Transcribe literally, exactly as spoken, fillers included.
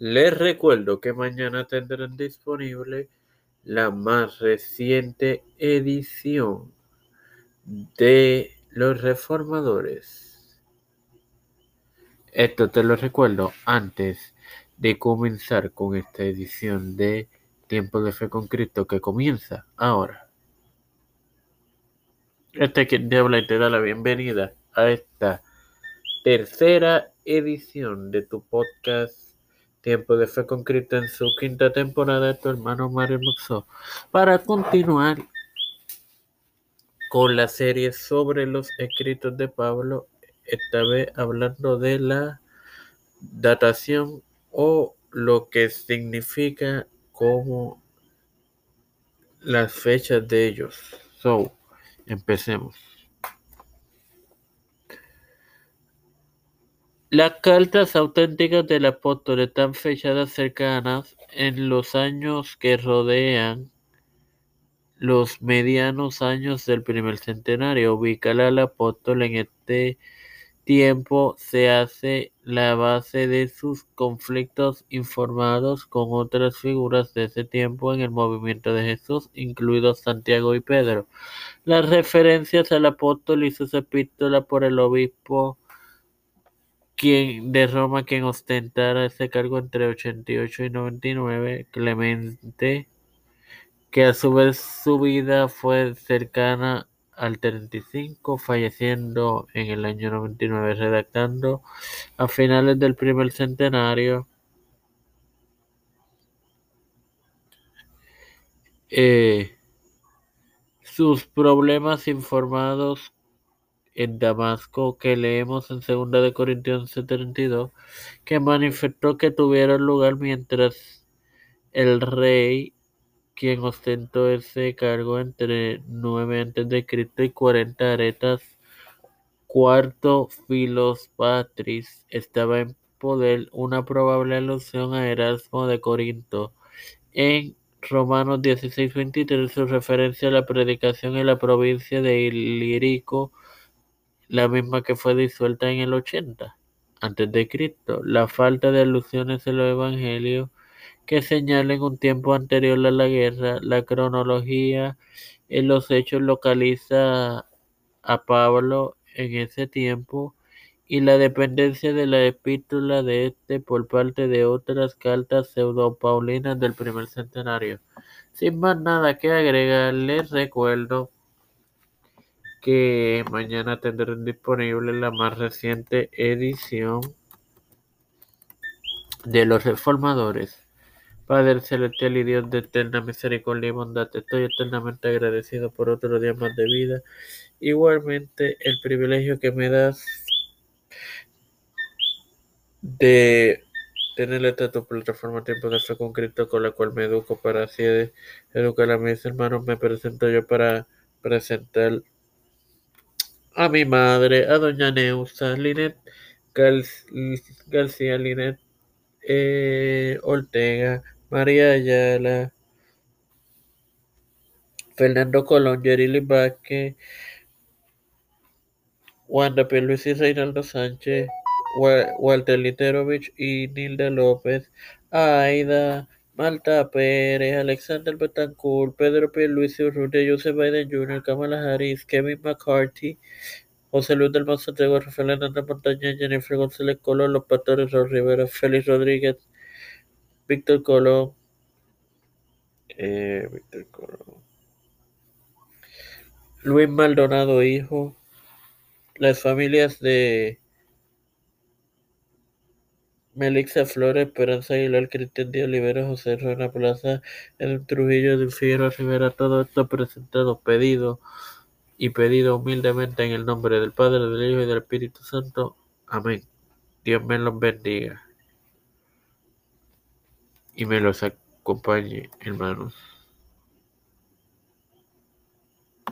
Les recuerdo que mañana tendrán disponible la más reciente edición de Los Reformadores. Esto te lo recuerdo antes de comenzar con esta edición de Tiempo de Fe con Cristo que comienza ahora. Este es quien te habla y te da la bienvenida a esta tercera edición de tu podcast Tiempo de Fe con Cristo en su quinta temporada de tu hermano Mario Muxo, para continuar con la serie sobre los escritos de Pablo, esta vez hablando de la datación o lo que significa como las fechas de ellos. So, empecemos. Las cartas auténticas del apóstol están fechadas cercanas en los años que rodean los medianos años del primer centenario. Ubicar al apóstol en este tiempo se hace la base de sus conflictos informados con otras figuras de ese tiempo en el movimiento de Jesús, incluidos Santiago y Pedro. Las referencias al apóstol y sus epístolas por el obispo quien de Roma, quien ostentara ese cargo entre ochenta y ocho y noventa y nueve, Clemente, que a su vez su vida fue cercana al treinta y cinco, falleciendo en el año noventa y nueve, redactando a finales del primer centenario eh, sus problemas informados en Damasco, que leemos en segunda de Corintios once treinta y dos, que manifestó que tuvieron lugar mientras el rey, quien ostentó ese cargo entre nueve antes de Cristo y cuarenta Aretas cuarto Filospatris, estaba en poder, una probable alusión a Erasmo de Corinto. En Romanos dieciséis veintitrés, su referencia a la predicación en la provincia de Ilírico, la misma que fue disuelta en el ochenta antes de Cristo. La falta de alusiones en los evangelios que señalen un tiempo anterior a la guerra. La cronología en los hechos localiza a Pablo en ese tiempo, y la dependencia de la epístola de este por parte de otras cartas pseudo-paulinas del primer centenario. Sin más nada que agregar, les recuerdo que mañana tendrán disponible la más reciente edición de Los Reformadores. Padre celestial y Dios de eterna misericordia y bondad, estoy eternamente agradecido por otro día más de vida. Igualmente, el privilegio que me das de tener esta tu plataforma Tiempo de Fe con Cristo, con la cual me educo para así educar a mis hermanos. Me presento yo para presentar a mi madre, a doña Neusa Linet Gal García Linet eh, Ortega, María Ayala, Fernando Colón, Yerili Vázquez, Wanda Pierluisi y Reinaldo Sánchez, Walter Literovich y Nilda López, Aida, Malta Pérez, Alexander Betancourt, Pedro Pierluisi Urrutia, Joseph Biden junior, Kamala Harris, Kevin McCarthy, José Luis del Mazo Tego, Rafael Hernández Montaña, Jennifer González Colón, Los Pastores Ros Rivera, Félix Rodríguez, Víctor Colón, eh, Víctor Colón, Luis Maldonado hijo, las familias de Melixa Flores, Esperanza Aguilar, Cristian Díaz Olivera, José Ruana Plaza, Edwin Trujillo, de Figueroa Rivera, todo esto presentado, pedido y pedido humildemente en el nombre del Padre, del Hijo y del Espíritu Santo. Amén. Dios me los bendiga y me los acompañe, hermanos.